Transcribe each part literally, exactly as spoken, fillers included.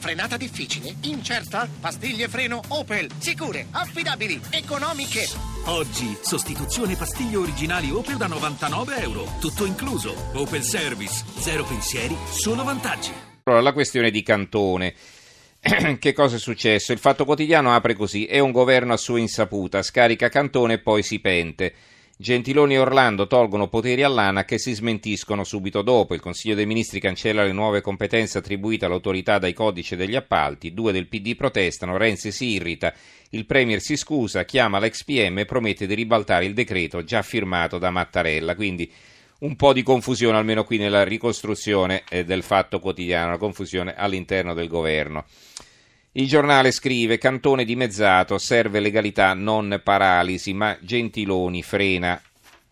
Frenata difficile? Incerta? Pastiglie freno Opel. Sicure, affidabili, economiche. Oggi, sostituzione pastiglie originali Opel da novantanove euro. Tutto incluso. Opel Service. Zero pensieri, solo vantaggi. Allora, la questione di Cantone. Che cosa è successo? Il Fatto Quotidiano apre così: è un governo a sua insaputa, scarica Cantone e poi si pente. Gentiloni e Orlando tolgono poteri all'ANAC e si smentiscono subito dopo. Il Consiglio dei Ministri cancella le nuove competenze attribuite all'autorità dai codici degli appalti. Due del P D protestano, Renzi si irrita, il Premier si scusa, chiama l'ex P M e promette di ribaltare il decreto già firmato da Mattarella. Quindi un po' di confusione, almeno qui nella ricostruzione eh, del Fatto Quotidiano, una confusione all'interno del governo. Il Giornale scrive: Cantone dimezzato, serve legalità, non paralisi, ma Gentiloni frena.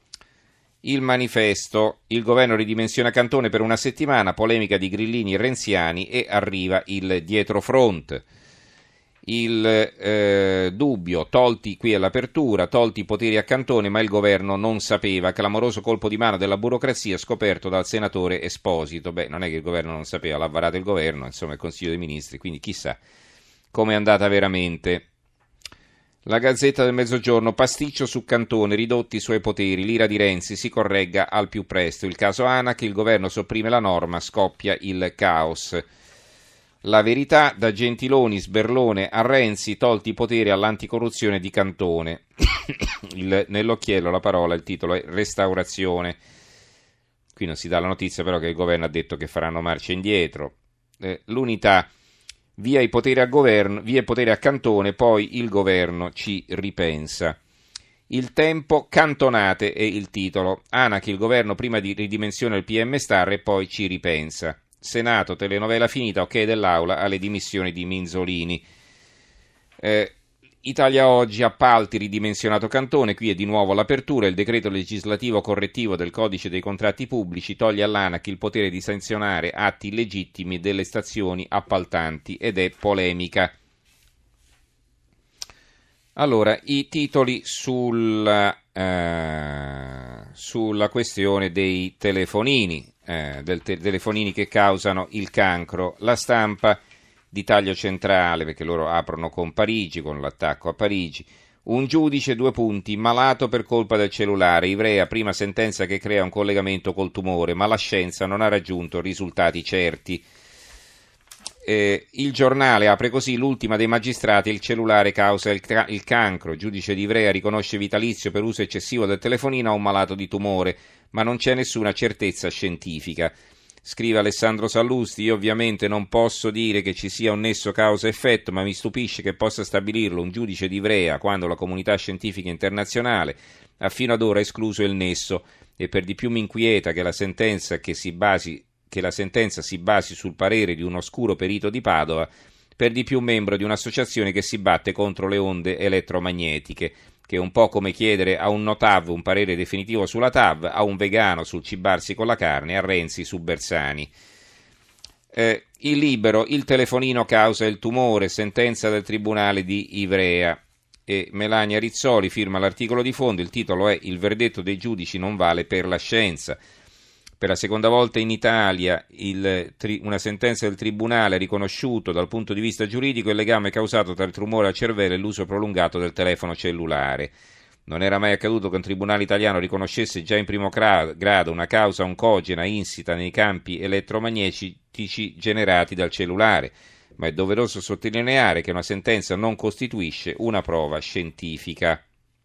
Il Manifesto: il governo ridimensiona Cantone per una settimana, polemica di grillini e renziani e arriva il dietrofront. Il eh, Dubbio: tolti qui all'apertura, tolti i poteri a Cantone, ma il governo non sapeva. Clamoroso colpo di mano della burocrazia scoperto dal senatore Esposito. Beh, non è che il governo non sapeva, l'ha varato il governo, insomma il Consiglio dei Ministri, quindi chissà come è andata veramente. La Gazzetta del Mezzogiorno: pasticcio su Cantone, ridotti i suoi poteri, l'ira di Renzi si corregga al più presto. Il caso ANAC, il governo sopprime la norma, scoppia il caos. La Verità: da Gentiloni, Sberlone a Renzi, tolti i poteri all'anticorruzione di Cantone. il, nell'occhiello la parola, il titolo è restaurazione. Qui non si dà la notizia però che il governo ha detto che faranno marcia indietro. Eh, l'Unità: via i poteri a governo, via i poteri a Cantone, poi il governo ci ripensa. Il Tempo: cantonate è il titolo. ANAC, il governo prima di ridimensiona il P M Star e poi ci ripensa. Senato, telenovela finita, ok dell'Aula alle dimissioni di Minzolini. Eh, Italia Oggi: appalti, ridimensionato Cantone, qui è di nuovo l'apertura. Il decreto legislativo correttivo del codice dei contratti pubblici toglie all'ANAC il potere di sanzionare atti illegittimi delle stazioni appaltanti ed è polemica. Allora, i titoli sulla, eh, sulla questione dei telefonini, eh, del te- telefonini che causano il cancro. La Stampa di taglio centrale, perché loro aprono con Parigi, con l'attacco a Parigi. Un giudice, due punti, malato per colpa del cellulare. Ivrea, prima sentenza che crea un collegamento col tumore, ma la scienza non ha raggiunto risultati certi. Eh, il Giornale apre così: l'ultima dei magistrati, il cellulare causa il, ca- il cancro. Giudice di Ivrea riconosce vitalizio per uso eccessivo del telefonino a un malato di tumore, ma non c'è nessuna certezza scientifica. Scrive Alessandro Sallusti: io ovviamente non posso dire che ci sia un nesso causa-effetto, ma mi stupisce che possa stabilirlo un giudice di Ivrea quando la comunità scientifica internazionale ha fino ad ora escluso il nesso, e per di più mi inquieta che la sentenza che si basi che la sentenza si basi sul parere di un oscuro perito di Padova, per di più membro di un'associazione che si batte contro le onde elettromagnetiche, che è un po' come chiedere a un Notav un parere definitivo sulla T A V, a un vegano sul cibarsi con la carne, a Renzi su Bersani. Eh, il Libero: il telefonino causa il tumore, sentenza del Tribunale di Ivrea. E Melania Rizzoli firma l'articolo di fondo, il titolo è: il verdetto dei giudici non vale per la scienza. Per la seconda volta in Italia il, una sentenza del Tribunale ha riconosciuto dal punto di vista giuridico il legame causato tra il tumore al cervello e l'uso prolungato del telefono cellulare. Non era mai accaduto che un tribunale italiano riconoscesse già in primo grado una causa oncogena insita nei campi elettromagnetici generati dal cellulare, ma è doveroso sottolineare che una sentenza non costituisce una prova scientifica.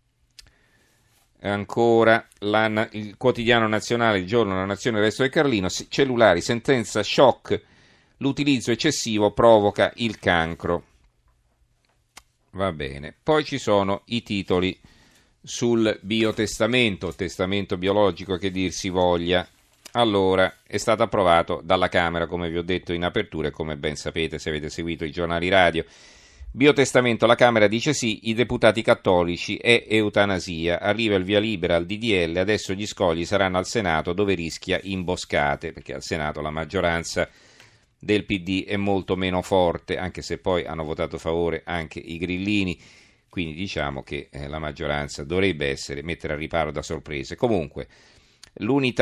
Ancora la, il quotidiano nazionale, il giorno, la Nazione, il Resto del Carlino: cellulari, sentenza shock, l'utilizzo eccessivo provoca il cancro. Va bene, poi ci sono i titoli sul biotestamento, testamento biologico che dir si voglia. Allora, è stato approvato dalla Camera, come vi ho detto in apertura e come ben sapete se avete seguito i giornali radio. Biotestamento, la Camera dice sì, i deputati cattolici è eutanasia, arriva il via libera al D D L, adesso gli scogli saranno al Senato dove rischia imboscate, perché al Senato la maggioranza del P D è molto meno forte, anche se poi hanno votato a favore anche i grillini, quindi diciamo che eh, la maggioranza dovrebbe essere mettere a riparo da sorprese. Comunque, l'Unità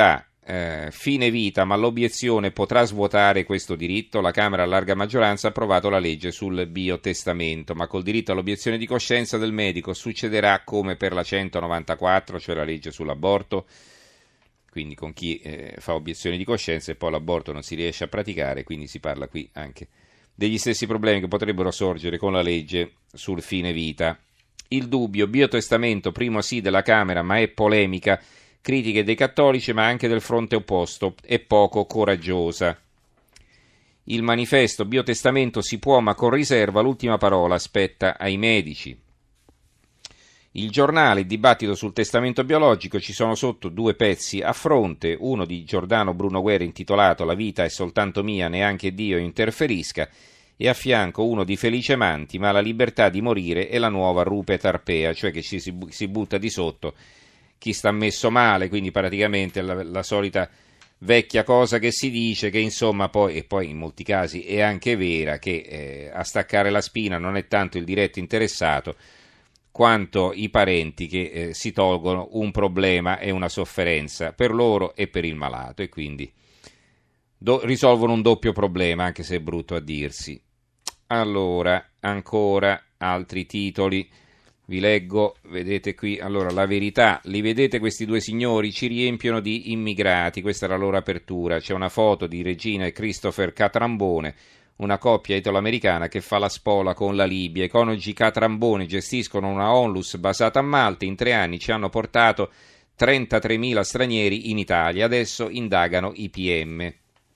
eh, fine vita, ma l'obiezione potrà svuotare questo diritto. La Camera a larga maggioranza ha approvato la legge sul biotestamento, ma col diritto all'obiezione di coscienza del medico succederà come per la centonovantaquattro, cioè la legge sull'aborto, quindi con chi eh, fa obiezione di coscienza e poi l'aborto non si riesce a praticare, quindi si parla qui anche degli stessi problemi che potrebbero sorgere con la legge sul fine vita. Il dubbio, biotestamento, primo sì della Camera, ma è polemica, critiche dei cattolici ma anche del fronte opposto, è poco coraggiosa. Il manifesto, biotestamento si può ma con riserva, l'ultima parola spetta ai medici. Il Giornale, il dibattito sul testamento biologico, ci sono sotto due pezzi a fronte, uno di Giordano Bruno Guerra intitolato La vita è soltanto mia, neanche Dio interferisca, e a fianco uno di Felice Manti, ma la libertà di morire è la nuova rupe tarpea, cioè che ci si, si butta di sotto chi sta messo male, quindi praticamente la, la solita vecchia cosa che si dice, che insomma poi, e poi in molti casi è anche vera, che eh, a staccare la spina non è tanto il diretto interessato, quanto i parenti che eh, si tolgono un problema e una sofferenza per loro e per il malato, e quindi do- risolvono un doppio problema, anche se è brutto a dirsi. Allora, ancora altri titoli, vi leggo, vedete qui, allora, La Verità, li vedete questi due signori, ci riempiono di immigrati, questa è la loro apertura, c'è una foto di Regina e Christopher Catrambone, una coppia italo-americana che fa la spola con la Libia. I coniugi Catrambone gestiscono una onlus basata a Malta, in tre anni ci hanno portato trentatremila stranieri in Italia, adesso indagano i P M.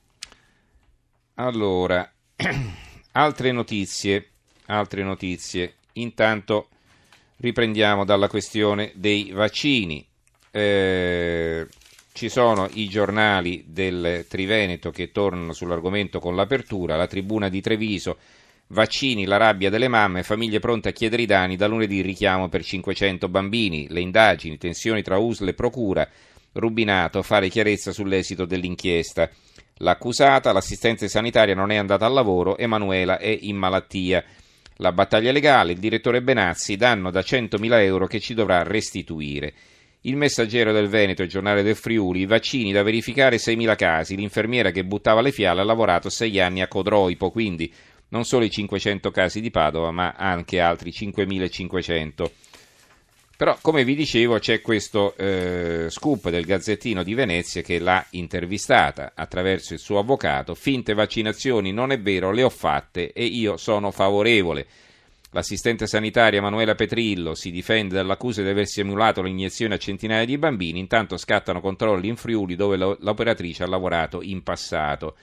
Allora, altre notizie, altre notizie, intanto riprendiamo dalla questione dei vaccini. Eh, ci sono i giornali del Triveneto che tornano sull'argomento con l'apertura, la Tribuna di Treviso, vaccini, la rabbia delle mamme, famiglie pronte a chiedere i danni, da lunedì richiamo per cinquecento bambini, le indagini, tensioni tra U S L e Procura, Rubinato, fare chiarezza sull'esito dell'inchiesta. L'accusata, l'assistente sanitaria non è andata al lavoro, Emanuela è in malattia. La battaglia legale, il direttore Benazzi, danno da centomila euro che ci dovrà restituire. Il Messaggero del Veneto e il Giornale del Friuli, i vaccini da verificare seimila casi, l'infermiera che buttava le fiale ha lavorato sei anni a Codroipo, quindi non solo i cinquecento casi di Padova, ma anche altri cinquemilacinquecento. Però, come vi dicevo, c'è questo eh, scoop del Gazzettino di Venezia che l'ha intervistata attraverso il suo avvocato. Finte vaccinazioni, non è vero, le ho fatte e io sono favorevole. L'assistente sanitaria Manuela Petrillo si difende dall'accusa di aver simulato l'iniezione a centinaia di bambini, intanto scattano controlli in Friuli dove l'operatrice ha lavorato in passato.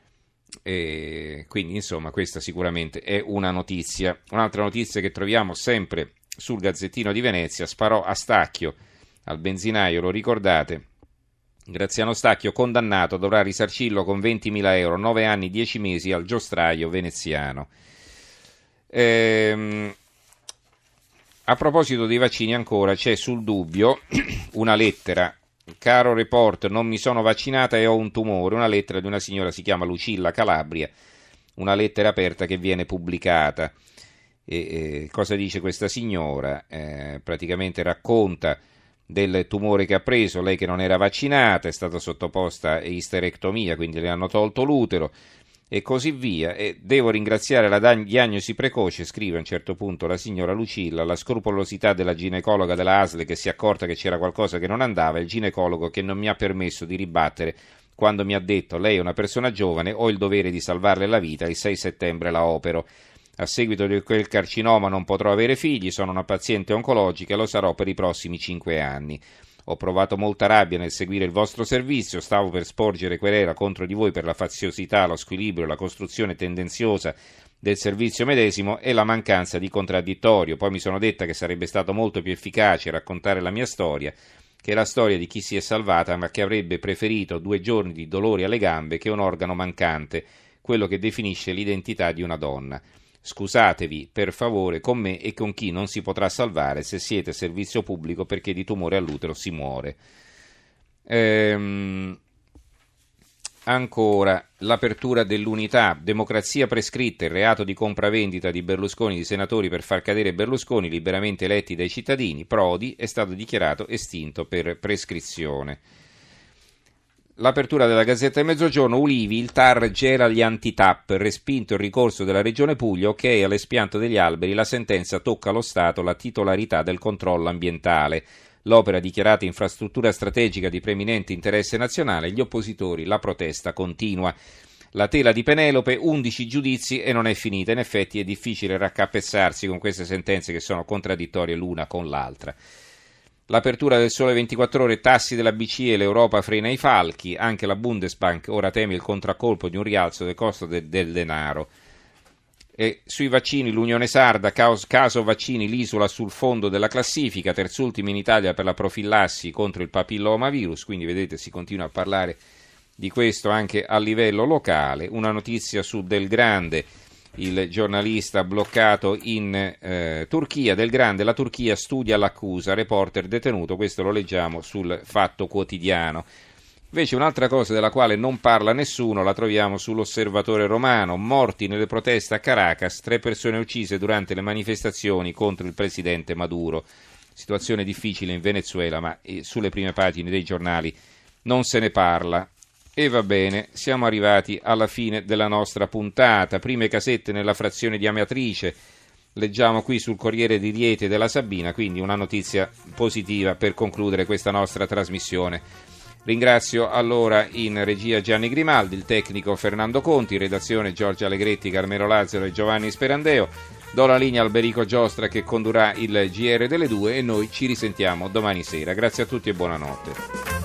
E quindi, insomma, questa sicuramente è una notizia. Un'altra notizia che troviamo sempre sul Gazzettino di Venezia, sparò a Stacchio al benzinaio, lo ricordate? Graziano Stacchio condannato, dovrà risarcirlo con ventimila euro, nove anni, dieci mesi al giostraio veneziano. Ehm, a proposito dei vaccini ancora, c'è sul Dubbio una lettera, caro report, non mi sono vaccinata e ho un tumore, una lettera di una signora, si chiama Lucilla Calabria, una lettera aperta che viene pubblicata. E, e, cosa dice questa signora? Eh, praticamente racconta del tumore che ha preso, lei che non era vaccinata, è stata sottoposta a isterectomia, quindi le hanno tolto l'utero e così via. E devo ringraziare la diagnosi precoce, scrive a un certo punto la signora Lucilla, la scrupolosità della ginecologa della A S L che si è accorta che c'era qualcosa che non andava, il ginecologo che non mi ha permesso di ribattere quando mi ha detto lei è una persona giovane, ho il dovere di salvarle la vita, il sei settembre la opero. A seguito di quel carcinoma non potrò avere figli, sono una paziente oncologica e lo sarò per i prossimi cinque anni. Ho provato molta rabbia nel seguire il vostro servizio, stavo per sporgere querela contro di voi per la faziosità, lo squilibrio, la costruzione tendenziosa del servizio medesimo e la mancanza di contraddittorio. Poi mi sono detta che sarebbe stato molto più efficace raccontare la mia storia che la storia di chi si è salvata ma che avrebbe preferito due giorni di dolori alle gambe che un organo mancante, quello che definisce l'identità di una donna. Scusatevi, per favore, con me e con chi non si potrà salvare se siete servizio pubblico perché di tumore all'utero si muore. Ehm, ancora, l'apertura dell'Unità, democrazia prescritta, il reato di compravendita di Berlusconi di senatori per far cadere Berlusconi liberamente eletti dai cittadini, Prodi è stato dichiarato estinto per prescrizione. L'apertura della Gazzetta del Mezzogiorno, Ulivi, il T A R gela gli anti-T A P, respinto il ricorso della Regione Puglia, ok all'espianto degli alberi, la sentenza tocca allo Stato la titolarità del controllo ambientale. L'opera dichiarata infrastruttura strategica di preminente interesse nazionale, gli oppositori, la protesta continua. La tela di Penelope, undici giudizi e non è finita, in effetti è difficile raccapezzarsi con queste sentenze che sono contraddittorie l'una con l'altra. L'apertura del Sole ventiquattro Ore, tassi della B C E, l'Europa frena i falchi, anche la Bundesbank ora teme il contraccolpo di un rialzo del costo de- del denaro. E sui vaccini l'Unione Sarda, caos, caso vaccini, l'isola sul fondo della classifica, terzultimi in Italia per la profilassi contro il papillomavirus, quindi vedete si continua a parlare di questo anche a livello locale. Una notizia su Del Grande, il giornalista bloccato in eh, Turchia. Del Grande, la Turchia studia l'accusa, reporter detenuto, questo lo leggiamo sul Fatto Quotidiano. Invece un'altra cosa della quale non parla nessuno la troviamo sull'Osservatore Romano, morti nelle proteste a Caracas, tre persone uccise durante le manifestazioni contro il presidente Maduro. Situazione difficile in Venezuela, ma eh, sulle prime pagine dei giornali non se ne parla. E va bene, siamo arrivati alla fine della nostra puntata. Prime casette nella frazione di Amatrice, leggiamo qui sul Corriere di Rieti della Sabina, quindi una notizia positiva per concludere questa nostra trasmissione. Ringrazio allora in regia Gianni Grimaldi, il tecnico Fernando Conti, in redazione Giorgio Allegretti, Carmelo Lazzaro e Giovanni Sperandeo. Do la linea a Alberico Giostra che condurrà il G R delle due e noi ci risentiamo domani sera. Grazie a tutti e buonanotte.